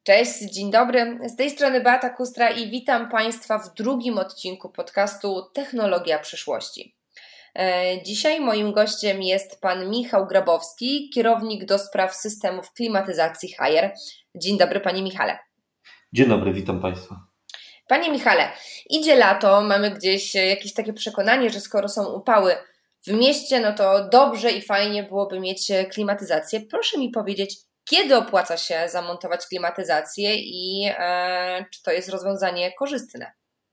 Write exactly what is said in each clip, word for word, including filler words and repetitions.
Cześć, dzień dobry. Z tej strony Beata Kustra i witam Państwa w drugim odcinku podcastu Technologia przyszłości. Dzisiaj moim gościem jest Pan Michał Grabowski, kierownik do spraw systemów klimatyzacji Haier. Dzień dobry Panie Michale. Dzień dobry, witam Państwa. Panie Michale, idzie lato, mamy gdzieś jakieś takie przekonanie, że skoro są upały w mieście, no to dobrze i fajnie byłoby mieć klimatyzację. Proszę mi powiedzieć, kiedy opłaca się zamontować klimatyzację i e, czy to jest rozwiązanie korzystne?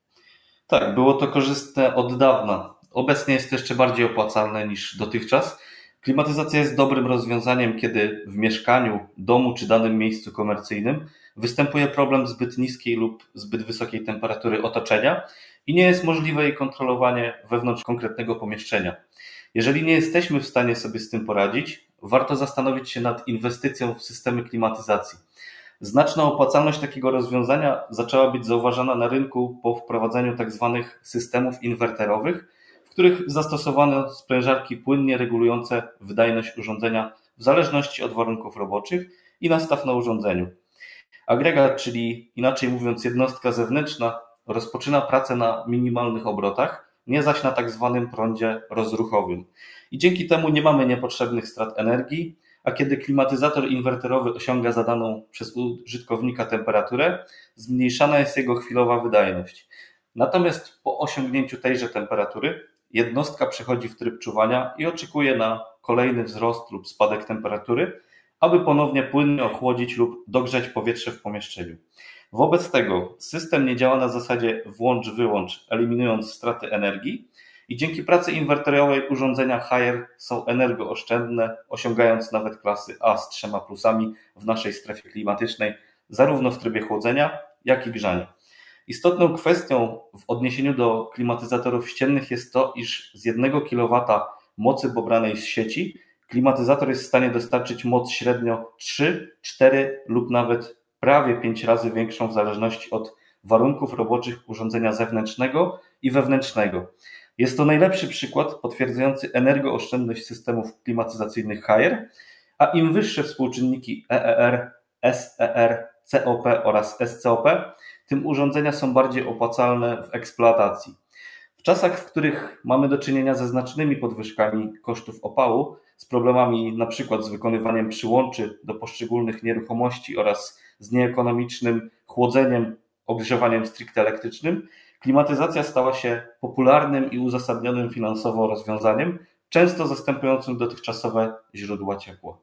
Tak, było to korzystne od dawna. Obecnie jest to jeszcze bardziej opłacalne niż dotychczas. Klimatyzacja jest dobrym rozwiązaniem, kiedy w mieszkaniu, domu czy danym miejscu komercyjnym występuje problem zbyt niskiej lub zbyt wysokiej temperatury otoczenia i nie jest możliwe jej kontrolowanie wewnątrz konkretnego pomieszczenia. Jeżeli nie jesteśmy w stanie sobie z tym poradzić, warto zastanowić się nad inwestycją w systemy klimatyzacji. Znaczna opłacalność takiego rozwiązania zaczęła być zauważana na rynku po wprowadzeniu tzw. systemów inwerterowych, w których zastosowano sprężarki płynnie regulujące wydajność urządzenia w zależności od warunków roboczych i nastaw na urządzeniu. Agregat, czyli inaczej mówiąc jednostka zewnętrzna, rozpoczyna pracę na minimalnych obrotach, nie zaś na tak zwanym prądzie rozruchowym. I dzięki temu nie mamy niepotrzebnych strat energii, a kiedy klimatyzator inwerterowy osiąga zadaną przez użytkownika temperaturę, zmniejszana jest jego chwilowa wydajność. Natomiast po osiągnięciu tejże temperatury jednostka przechodzi w tryb czuwania i oczekuje na kolejny wzrost lub spadek temperatury, aby ponownie płynnie ochłodzić lub dogrzać powietrze w pomieszczeniu. Wobec tego system nie działa na zasadzie włącz-wyłącz, eliminując straty energii i dzięki pracy inwerterowej urządzenia Haier są energooszczędne, osiągając nawet klasy A z trzema plusami w naszej strefie klimatycznej, zarówno w trybie chłodzenia, jak i grzania. Istotną kwestią w odniesieniu do klimatyzatorów ściennych jest to, iż z jednego kilowata mocy pobranej z sieci klimatyzator jest w stanie dostarczyć moc średnio trzy, cztery lub nawet prawie pięć razy większą w zależności od warunków roboczych urządzenia zewnętrznego i wewnętrznego. Jest to najlepszy przykład potwierdzający energooszczędność systemów klimatyzacyjnych Haier, a im wyższe współczynniki E E R, S E R, C O P oraz S C O P, tym urządzenia są bardziej opłacalne w eksploatacji. W czasach, w których mamy do czynienia ze znacznymi podwyżkami kosztów opału, z problemami np. z wykonywaniem przyłączy do poszczególnych nieruchomości oraz z nieekonomicznym chłodzeniem, ogrzewaniem stricte elektrycznym, klimatyzacja stała się popularnym i uzasadnionym finansowo rozwiązaniem, często zastępującym dotychczasowe źródła ciepła.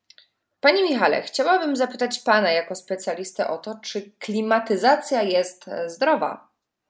Panie Michale, chciałabym zapytać Pana jako specjalistę o to, czy klimatyzacja jest zdrowa?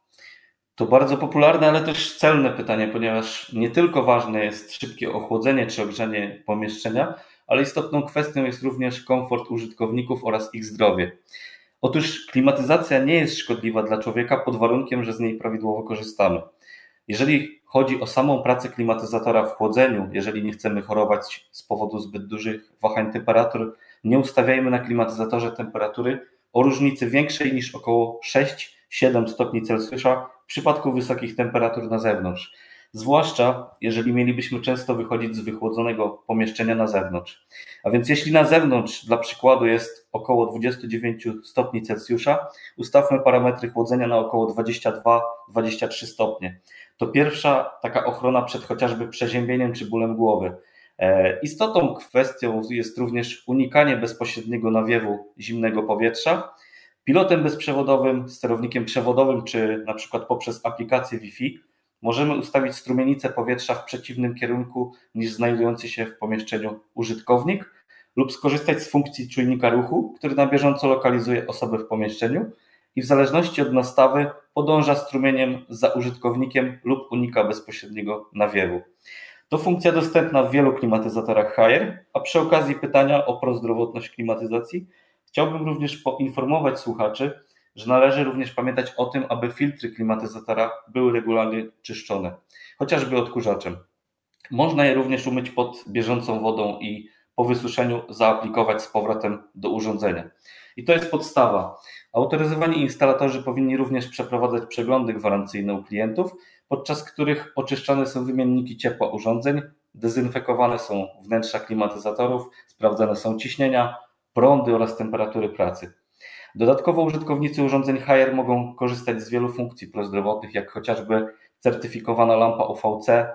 To bardzo popularne, ale też celne pytanie, ponieważ nie tylko ważne jest szybkie ochłodzenie czy ogrzanie pomieszczenia, ale istotną kwestią jest również komfort użytkowników oraz ich zdrowie. Otóż klimatyzacja nie jest szkodliwa dla człowieka pod warunkiem, że z niej prawidłowo korzystamy. Jeżeli chodzi o samą pracę klimatyzatora w chłodzeniu, jeżeli nie chcemy chorować z powodu zbyt dużych wahań temperatur, nie ustawiajmy na klimatyzatorze temperatury o różnicy większej niż około sześć do siedmiu stopni Celsjusza w przypadku wysokich temperatur na zewnątrz. Zwłaszcza jeżeli mielibyśmy często wychodzić z wychłodzonego pomieszczenia na zewnątrz. A więc jeśli na zewnątrz dla przykładu jest około dwadzieścia dziewięć stopni Celsjusza, ustawmy parametry chłodzenia na około dwadzieścia dwa do dwudziestu trzech stopni. To pierwsza taka ochrona przed chociażby przeziębieniem czy bólem głowy. E, istotną kwestią jest również unikanie bezpośredniego nawiewu zimnego powietrza. Pilotem bezprzewodowym, sterownikiem przewodowym czy na przykład poprzez aplikację Wi-Fi możemy ustawić strumienicę powietrza w przeciwnym kierunku niż znajdujący się w pomieszczeniu użytkownik lub skorzystać z funkcji czujnika ruchu, który na bieżąco lokalizuje osobę w pomieszczeniu i w zależności od nastawy podąża strumieniem za użytkownikiem lub unika bezpośredniego nawiewu. To funkcja dostępna w wielu klimatyzatorach Haier, a przy okazji pytania o prozdrowotność klimatyzacji chciałbym również poinformować słuchaczy, że należy również pamiętać o tym, aby filtry klimatyzatora były regularnie czyszczone, chociażby odkurzaczem. Można je również umyć pod bieżącą wodą i po wysuszeniu zaaplikować z powrotem do urządzenia. I to jest podstawa. Autoryzowani instalatorzy powinni również przeprowadzać przeglądy gwarancyjne u klientów, podczas których oczyszczane są wymienniki ciepła urządzeń, dezynfekowane są wnętrza klimatyzatorów, sprawdzane są ciśnienia, prądy oraz temperatury pracy. Dodatkowo użytkownicy urządzeń H R mogą korzystać z wielu funkcji prozdrowotnych, jak chociażby certyfikowana lampa U V C,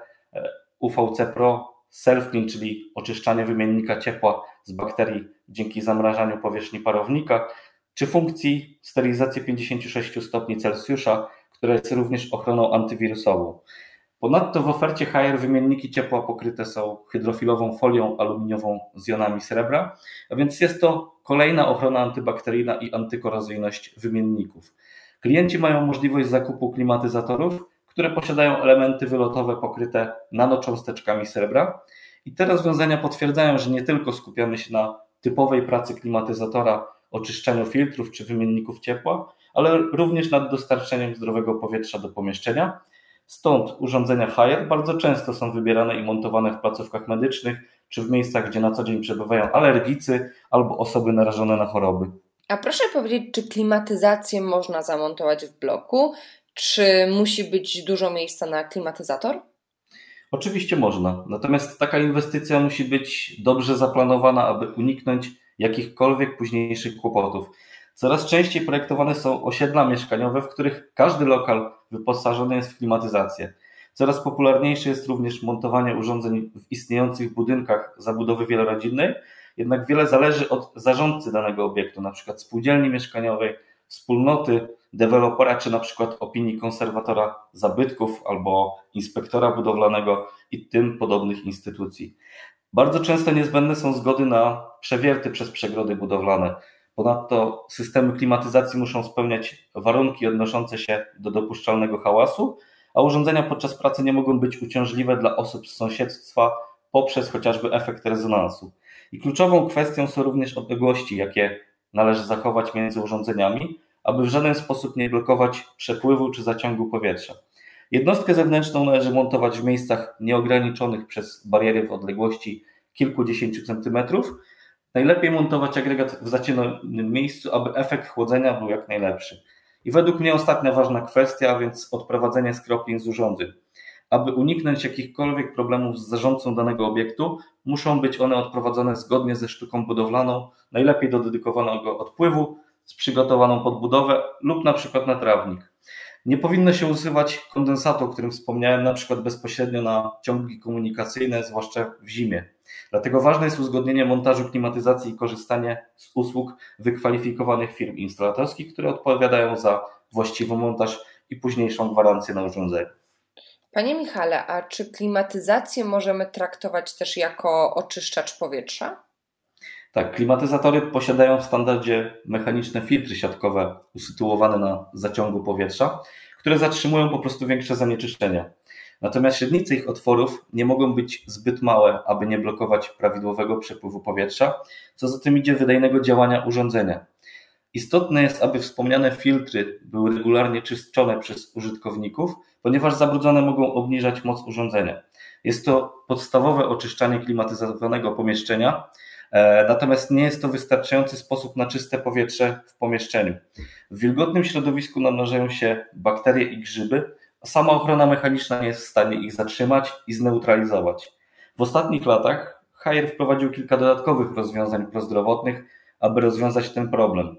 U V C Pro, Self-Clean, czyli oczyszczanie wymiennika ciepła z bakterii dzięki zamrażaniu powierzchni parownika, czy funkcji sterylizacji pięćdziesiąt sześć stopni Celsjusza, która jest również ochroną antywirusową. Ponadto w ofercie H R wymienniki ciepła pokryte są hydrofilową folią aluminiową z jonami srebra, a więc jest to kolejna ochrona antybakteryjna i antykorozyjność wymienników. Klienci mają możliwość zakupu klimatyzatorów, które posiadają elementy wylotowe pokryte nanocząsteczkami srebra i te rozwiązania potwierdzają, że nie tylko skupiamy się na typowej pracy klimatyzatora, oczyszczaniu filtrów czy wymienników ciepła, ale również nad dostarczeniem zdrowego powietrza do pomieszczenia. Stąd urządzenia H R bardzo często są wybierane i montowane w placówkach medycznych czy w miejscach, gdzie na co dzień przebywają alergicy albo osoby narażone na choroby. A proszę powiedzieć, czy klimatyzację można zamontować w bloku? Czy musi być dużo miejsca na klimatyzator? Oczywiście można, natomiast taka inwestycja musi być dobrze zaplanowana, aby uniknąć jakichkolwiek późniejszych kłopotów. Coraz częściej projektowane są osiedla mieszkaniowe, w których każdy lokal wyposażony jest w klimatyzację. Coraz popularniejsze jest również montowanie urządzeń w istniejących budynkach zabudowy wielorodzinnej, jednak wiele zależy od zarządcy danego obiektu, np. spółdzielni mieszkaniowej, wspólnoty, dewelopera czy np. opinii konserwatora zabytków albo inspektora budowlanego i tym podobnych instytucji. Bardzo często niezbędne są zgody na przewierty przez przegrody budowlane. Ponadto systemy klimatyzacji muszą spełniać warunki odnoszące się do dopuszczalnego hałasu, a urządzenia podczas pracy nie mogą być uciążliwe dla osób z sąsiedztwa poprzez chociażby efekt rezonansu. I kluczową kwestią są również odległości, jakie należy zachować między urządzeniami, aby w żaden sposób nie blokować przepływu czy zaciągu powietrza. Jednostkę zewnętrzną należy montować w miejscach nieograniczonych przez bariery w odległości kilkudziesięciu centymetrów. Najlepiej montować agregat w zacienionym miejscu, aby efekt chłodzenia był jak najlepszy. I według mnie ostatnia ważna kwestia, a więc odprowadzenie skroplin z urządzeń. Aby uniknąć jakichkolwiek problemów z zarządcą danego obiektu, muszą być one odprowadzone zgodnie ze sztuką budowlaną, najlepiej do dedykowanego odpływu, z przygotowaną pod budowę lub na przykład na trawnik. Nie powinno się używać kondensatu, o którym wspomniałem, na przykład bezpośrednio na ciągi komunikacyjne, zwłaszcza w zimie. Dlatego ważne jest uzgodnienie montażu klimatyzacji i korzystanie z usług wykwalifikowanych firm instalatorskich, które odpowiadają za właściwy montaż i późniejszą gwarancję na urządzenie. Panie Michale, a czy klimatyzację możemy traktować też jako oczyszczacz powietrza? Tak, klimatyzatory posiadają w standardzie mechaniczne filtry siatkowe usytuowane na zaciągu powietrza, które zatrzymują po prostu większe zanieczyszczenia. Natomiast średnice ich otworów nie mogą być zbyt małe, aby nie blokować prawidłowego przepływu powietrza, co za tym idzie wydajnego działania urządzenia. Istotne jest, aby wspomniane filtry były regularnie czyszczone przez użytkowników, ponieważ zabrudzone mogą obniżać moc urządzenia. Jest to podstawowe oczyszczanie klimatyzowanego pomieszczenia, natomiast nie jest to wystarczający sposób na czyste powietrze w pomieszczeniu. W wilgotnym środowisku namnażają się bakterie i grzyby, a sama ochrona mechaniczna nie jest w stanie ich zatrzymać i zneutralizować. W ostatnich latach H R wprowadził kilka dodatkowych rozwiązań prozdrowotnych, aby rozwiązać ten problem.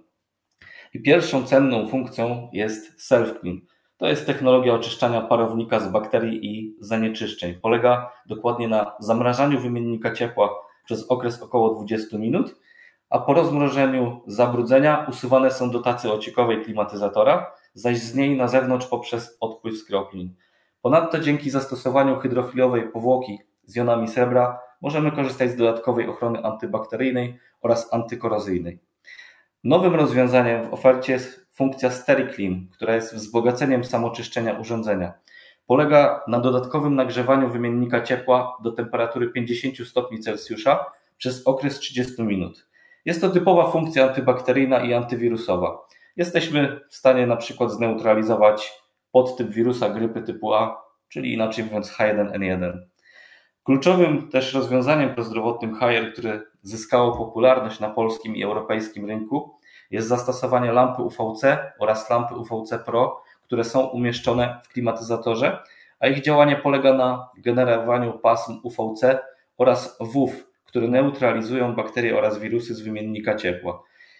I pierwszą cenną funkcją jest Self-Clean. To jest technologia oczyszczania parownika z bakterii i zanieczyszczeń. Polega dokładnie na zamrażaniu wymiennika ciepła przez okres około dwudziestu minut, a po rozmrożeniu zabrudzenia usuwane są do tacy ociekowej klimatyzatora, zaś z niej na zewnątrz poprzez odpływ skroplin. Ponadto dzięki zastosowaniu hydrofilowej powłoki z jonami srebra możemy korzystać z dodatkowej ochrony antybakteryjnej oraz antykorozyjnej. Nowym rozwiązaniem w ofercie jest funkcja SteriClean, która jest wzbogaceniem samoczyszczenia urządzenia. Polega na dodatkowym nagrzewaniu wymiennika ciepła do temperatury pięćdziesięciu stopni Celsjusza przez okres trzydziestu minut. Jest to typowa funkcja antybakteryjna i antywirusowa. Jesteśmy w stanie na przykład zneutralizować podtyp wirusa grypy typu A, czyli inaczej mówiąc H jeden N jeden. Kluczowym też rozwiązaniem prozdrowotnym H R, które zyskało popularność na polskim i europejskim rynku, jest zastosowanie lampy U V C oraz lampy U V C Pro, które są umieszczone w klimatyzatorze, a ich działanie polega na generowaniu pasm U V C oraz W U V, które neutralizują bakterie oraz wirusy z wymiennika ciepła.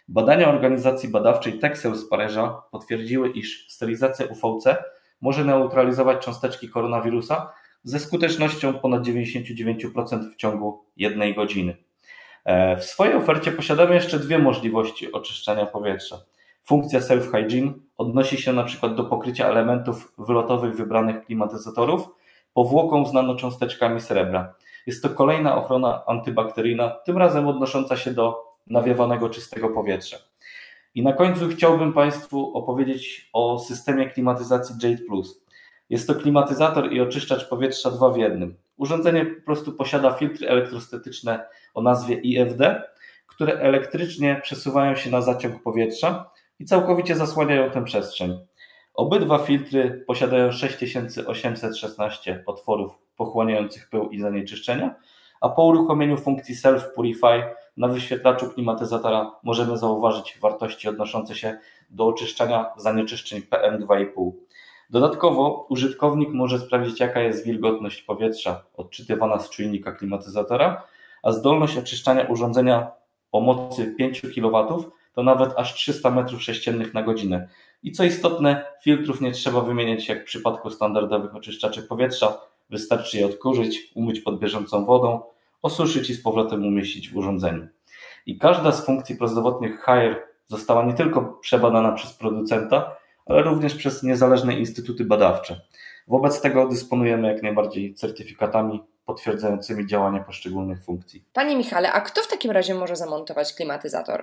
Badania organizacji badawczej Texel z Paryża potwierdziły, iż sterylizacja U V C może neutralizować cząsteczki koronawirusa ze skutecznością ponad dziewięćdziesiąt dziewięć procent w ciągu jednej godziny. W swojej ofercie posiadamy jeszcze dwie możliwości oczyszczania powietrza. Funkcja self-hygiene odnosi się na przykład do pokrycia elementów wylotowych wybranych klimatyzatorów powłoką z nanocząsteczkami srebra. Jest to kolejna ochrona antybakteryjna, tym razem odnosząca się do nawiewanego czystego powietrza. I na końcu chciałbym Państwu opowiedzieć o systemie klimatyzacji Jade Plus. Jest to klimatyzator i oczyszczacz powietrza dwa w jednym. Urządzenie po prostu posiada filtry elektrostatyczne o nazwie I F D, które elektrycznie przesuwają się na zaciąg powietrza i całkowicie zasłaniają tę przestrzeń. Obydwa filtry posiadają sześć tysięcy osiemset szesnaście otworów pochłaniających pył i zanieczyszczenia, a po uruchomieniu funkcji Self Purify na wyświetlaczu klimatyzatora możemy zauważyć wartości odnoszące się do oczyszczania zanieczyszczeń P M dwa i pół. Dodatkowo użytkownik może sprawdzić, jaka jest wilgotność powietrza odczytywana z czujnika klimatyzatora, a zdolność oczyszczania urządzenia o mocy pięć kilowatów to nawet aż trzysta metrów sześciennych na godzinę. I co istotne, filtrów nie trzeba wymieniać jak w przypadku standardowych oczyszczaczy powietrza. Wystarczy je odkurzyć, umyć pod bieżącą wodą, osuszyć i z powrotem umieścić w urządzeniu. I każda z funkcji prozdrowotnych Haier została nie tylko przebadana przez producenta, ale również przez niezależne instytuty badawcze. Wobec tego dysponujemy jak najbardziej certyfikatami potwierdzającymi działanie poszczególnych funkcji. Panie Michale, a kto w takim razie może zamontować klimatyzator?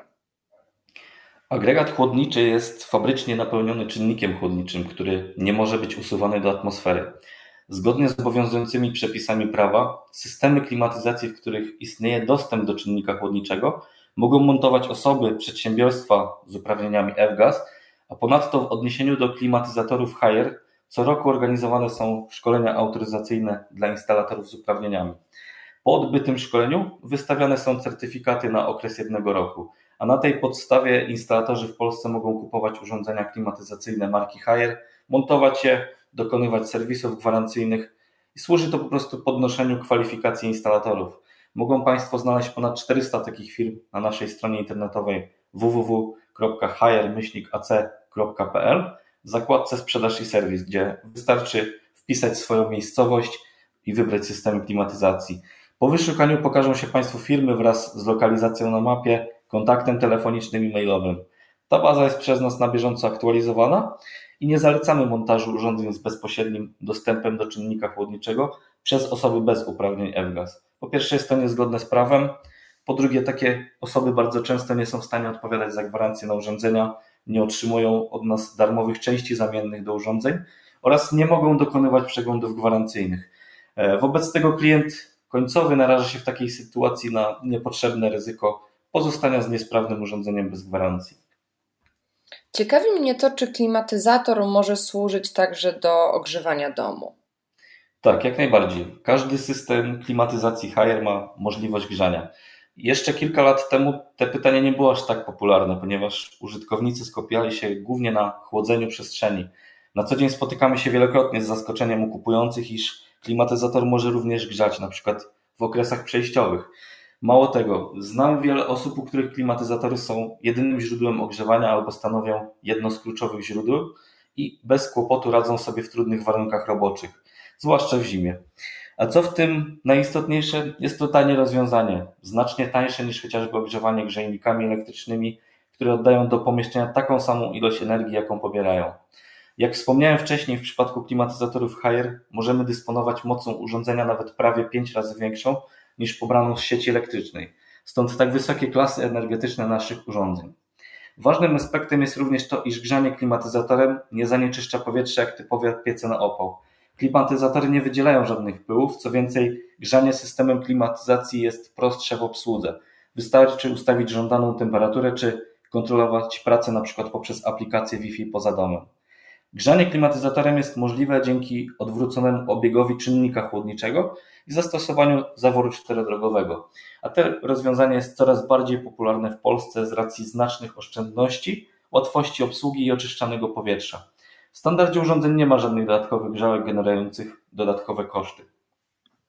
Agregat chłodniczy jest fabrycznie napełniony czynnikiem chłodniczym, który nie może być usuwany do atmosfery. Zgodnie z obowiązującymi przepisami prawa, systemy klimatyzacji, w których istnieje dostęp do czynnika chłodniczego, mogą montować osoby, przedsiębiorstwa z uprawnieniami F-gaz, a ponadto w odniesieniu do klimatyzatorów Haier co roku organizowane są szkolenia autoryzacyjne dla instalatorów z uprawnieniami. Po odbytym szkoleniu wystawiane są certyfikaty na okres jednego roku, a na tej podstawie instalatorzy w Polsce mogą kupować urządzenia klimatyzacyjne marki Haier, montować je, dokonywać serwisów gwarancyjnych i służy to po prostu podnoszeniu kwalifikacji instalatorów. Mogą Państwo znaleźć ponad czterysta takich firm na naszej stronie internetowej w w w kropka haier myślnik a c kropka p l w zakładce sprzedaż i serwis, gdzie wystarczy wpisać swoją miejscowość i wybrać systemy klimatyzacji. Po wyszukaniu pokażą się Państwu firmy wraz z lokalizacją na mapie, kontaktem telefonicznym i mailowym. Ta baza jest przez nas na bieżąco aktualizowana i nie zalecamy montażu urządzeń z bezpośrednim dostępem do czynnika chłodniczego przez osoby bez uprawnień F-gaz. Po pierwsze, jest to niezgodne z prawem, po drugie, takie osoby bardzo często nie są w stanie odpowiadać za gwarancję na urządzenia, nie otrzymują od nas darmowych części zamiennych do urządzeń oraz nie mogą dokonywać przeglądów gwarancyjnych. Wobec tego klient końcowy naraża się w takiej sytuacji na niepotrzebne ryzyko pozostania z niesprawnym urządzeniem bez gwarancji. Ciekawi mnie to, czy klimatyzator może służyć także do ogrzewania domu. Tak, jak najbardziej. Każdy system klimatyzacji Haier ma możliwość grzania. Jeszcze kilka lat temu te pytanie nie było aż tak popularne, ponieważ użytkownicy skupiali się głównie na chłodzeniu przestrzeni. Na co dzień spotykamy się wielokrotnie z zaskoczeniem u kupujących, iż klimatyzator może również grzać, na przykład w okresach przejściowych. Mało tego, znam wiele osób, u których klimatyzatory są jedynym źródłem ogrzewania albo stanowią jedno z kluczowych źródeł i bez kłopotu radzą sobie w trudnych warunkach roboczych, zwłaszcza w zimie. A co w tym najistotniejsze, jest to tanie rozwiązanie, znacznie tańsze niż chociażby ogrzewanie grzejnikami elektrycznymi, które oddają do pomieszczenia taką samą ilość energii, jaką pobierają. Jak wspomniałem wcześniej, w przypadku klimatyzatorów Haier możemy dysponować mocą urządzenia nawet prawie pięć razy większą niż pobraną z sieci elektrycznej. Stąd tak wysokie klasy energetyczne naszych urządzeń. Ważnym aspektem jest również to, iż grzanie klimatyzatorem nie zanieczyszcza powietrza jak typowe piece na opał. Klimatyzatory nie wydzielają żadnych pyłów, co więcej, grzanie systemem klimatyzacji jest prostsze w obsłudze. Wystarczy ustawić żądaną temperaturę czy kontrolować pracę np. poprzez aplikację Wi-Fi poza domem. Grzanie klimatyzatorem jest możliwe dzięki odwróconemu obiegowi czynnika chłodniczego i zastosowaniu zaworu czterodrogowego. A to rozwiązanie jest coraz bardziej popularne w Polsce z racji znacznych oszczędności, łatwości obsługi i oczyszczanego powietrza. W standardzie urządzeń nie ma żadnych dodatkowych grzałek generujących dodatkowe koszty.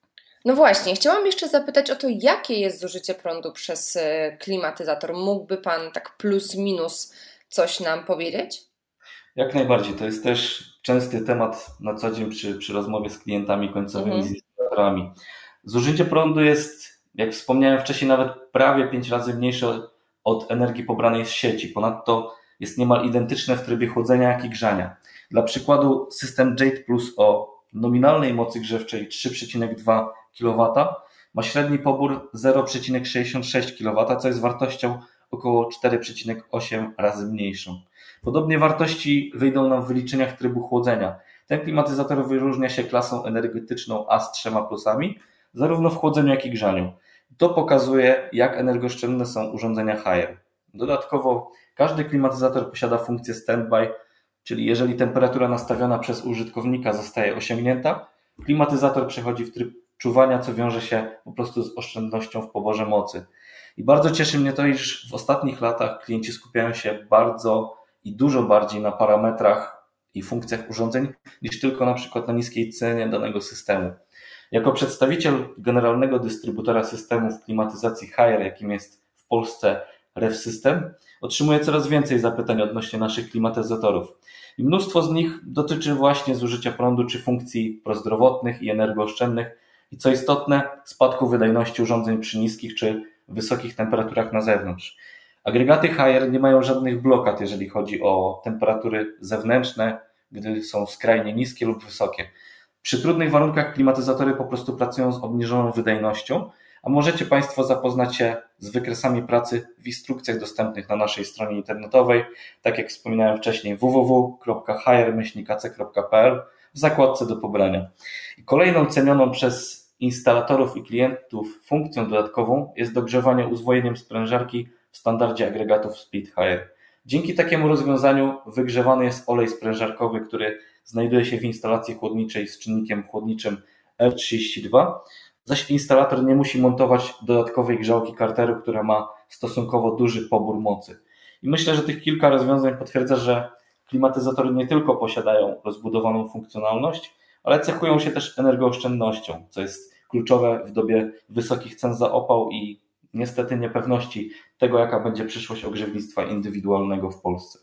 No właśnie, chciałam jeszcze zapytać o to, jakie jest zużycie prądu przez klimatyzator. Mógłby Pan tak plus minus coś nam powiedzieć? Jak najbardziej. To jest też częsty temat na co dzień przy, przy rozmowie z klientami końcowymi, Mhm. z instalatorami. Zużycie prądu jest, jak wspomniałem wcześniej, nawet prawie pięć razy mniejsze od energii pobranej z sieci. Ponadto jest niemal identyczne w trybie chłodzenia, jak i grzania. Dla przykładu system Jade Plus o nominalnej mocy grzewczej trzy przecinek dwa kilowata ma średni pobór zero przecinek sześćdziesiąt sześć kilowata, co jest wartością około cztery przecinek osiem razy mniejszą. Podobnie wartości wyjdą nam w wyliczeniach trybu chłodzenia. Ten klimatyzator wyróżnia się klasą energetyczną A z trzema plusami, zarówno w chłodzeniu, jak i grzaniu. To pokazuje, jak energooszczędne są urządzenia Haier. Dodatkowo każdy klimatyzator posiada funkcję standby, czyli jeżeli temperatura nastawiona przez użytkownika zostaje osiągnięta, klimatyzator przechodzi w tryb czuwania, co wiąże się po prostu z oszczędnością w poborze mocy. I bardzo cieszy mnie to, iż w ostatnich latach klienci skupiają się bardzo i dużo bardziej na parametrach i funkcjach urządzeń niż tylko na przykład na niskiej cenie danego systemu. Jako przedstawiciel generalnego dystrybutora systemów klimatyzacji Haier, jakim jest w Polsce Ref System, otrzymuję coraz więcej zapytań odnośnie naszych klimatyzatorów. I mnóstwo z nich dotyczy właśnie zużycia prądu czy funkcji prozdrowotnych i energooszczędnych i co istotne, spadku wydajności urządzeń przy niskich czy wysokich temperaturach na zewnątrz. Agregaty Haier nie mają żadnych blokad, jeżeli chodzi o temperatury zewnętrzne, gdy są skrajnie niskie lub wysokie. Przy trudnych warunkach klimatyzatory po prostu pracują z obniżoną wydajnością, a możecie Państwo zapoznać się z wykresami pracy w instrukcjach dostępnych na naszej stronie internetowej, tak jak wspominałem wcześniej, w w w kropka haier myślnik a c kropka p l w zakładce do pobrania. I kolejną cenioną przez instalatorów i klientów funkcją dodatkową jest dogrzewanie uzwojeniem sprężarki w standardzie agregatów Split Haier. Dzięki takiemu rozwiązaniu wygrzewany jest olej sprężarkowy, który znajduje się w instalacji chłodniczej z czynnikiem chłodniczym R trzydzieści dwa, zaś instalator nie musi montować dodatkowej grzałki karteru, która ma stosunkowo duży pobór mocy. I myślę, że tych kilka rozwiązań potwierdza, że klimatyzatory nie tylko posiadają rozbudowaną funkcjonalność, ale cechują się też energooszczędnością, co jest kluczowe w dobie wysokich cen za opał i niestety niepewności tego, jaka będzie przyszłość ogrzewnictwa indywidualnego w Polsce.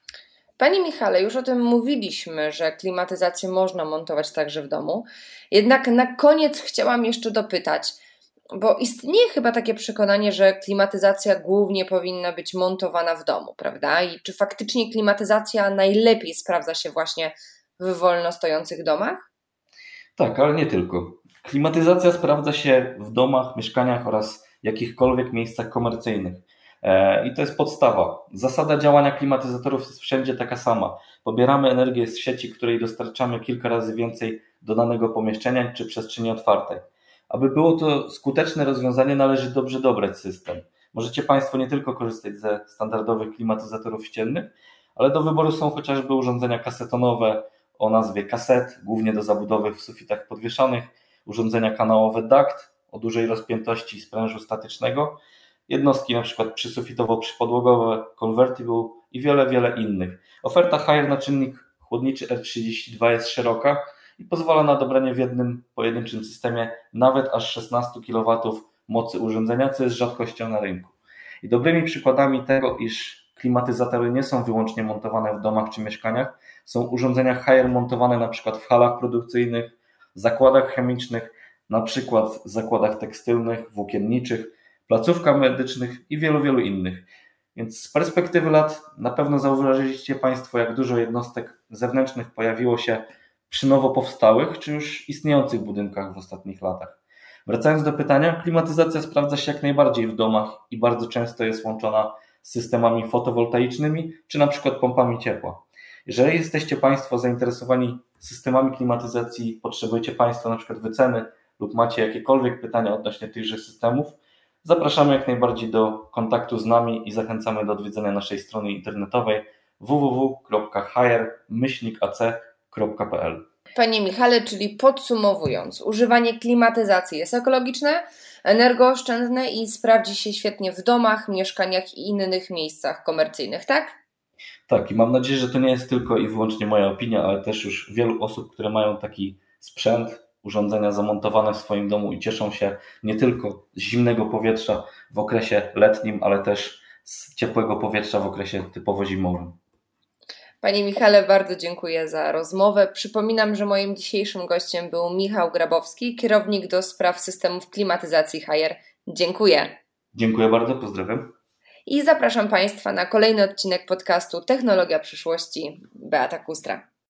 Panie Michale, już o tym mówiliśmy, że klimatyzację można montować także w domu. Jednak na koniec chciałam jeszcze dopytać, bo istnieje chyba takie przekonanie, że klimatyzacja głównie powinna być montowana w domu, prawda? I czy faktycznie klimatyzacja najlepiej sprawdza się właśnie w wolno stojących domach? Tak, ale nie tylko. Klimatyzacja sprawdza się w domach, mieszkaniach oraz jakichkolwiek miejscach komercyjnych. I to jest podstawa. Zasada działania klimatyzatorów jest wszędzie taka sama. Pobieramy energię z sieci, której dostarczamy kilka razy więcej do danego pomieszczenia czy przestrzeni otwartej. Aby było to skuteczne rozwiązanie, należy dobrze dobrać system. Możecie Państwo nie tylko korzystać ze standardowych klimatyzatorów ściennych, ale do wyboru są chociażby urządzenia kasetonowe o nazwie kaset, głównie do zabudowy w sufitach podwieszanych, urządzenia kanałowe duct o dużej rozpiętości sprężu statycznego, jednostki np. przysufitowo-przypodłogowe, convertible i wiele, wiele innych. Oferta Haier na czynnik chłodniczy R trzydzieści dwa jest szeroka i pozwala na dobranie w jednym pojedynczym systemie nawet aż szesnaście kilowatów mocy urządzenia, co jest rzadkością na rynku. I dobrymi przykładami tego, iż klimatyzatory nie są wyłącznie montowane w domach czy mieszkaniach, są urządzenia Haier montowane np. w halach produkcyjnych, zakładach chemicznych, np. zakładach tekstylnych, włókienniczych, placówkach medycznych i wielu, wielu innych. Więc z perspektywy lat na pewno zauważyliście Państwo, jak dużo jednostek zewnętrznych pojawiło się przy nowo powstałych czy już istniejących budynkach w ostatnich latach. Wracając do pytania, klimatyzacja sprawdza się jak najbardziej w domach i bardzo często jest łączona z systemami fotowoltaicznymi czy na przykład pompami ciepła. Jeżeli jesteście Państwo zainteresowani systemami klimatyzacji, potrzebujecie Państwo na przykład wyceny lub macie jakiekolwiek pytania odnośnie tychże systemów, zapraszamy jak najbardziej do kontaktu z nami i zachęcamy do odwiedzenia naszej strony internetowej w w w kropka haier myślnik a c kropka p l. Panie Michale, czyli podsumowując, używanie klimatyzacji jest ekologiczne, energooszczędne i sprawdzi się świetnie w domach, mieszkaniach i innych miejscach komercyjnych, tak? Tak, i mam nadzieję, że to nie jest tylko i wyłącznie moja opinia, ale też już wielu osób, które mają taki sprzęt, urządzenia zamontowane w swoim domu i cieszą się nie tylko z zimnego powietrza w okresie letnim, ale też z ciepłego powietrza w okresie typowo zimowym. Panie Michale, bardzo dziękuję za rozmowę. Przypominam, że moim dzisiejszym gościem był Michał Grabowski, kierownik do spraw systemów klimatyzacji Haier. Dziękuję. Dziękuję bardzo, pozdrawiam. I zapraszam Państwa na kolejny odcinek podcastu Technologia przyszłości. Beata Kustra.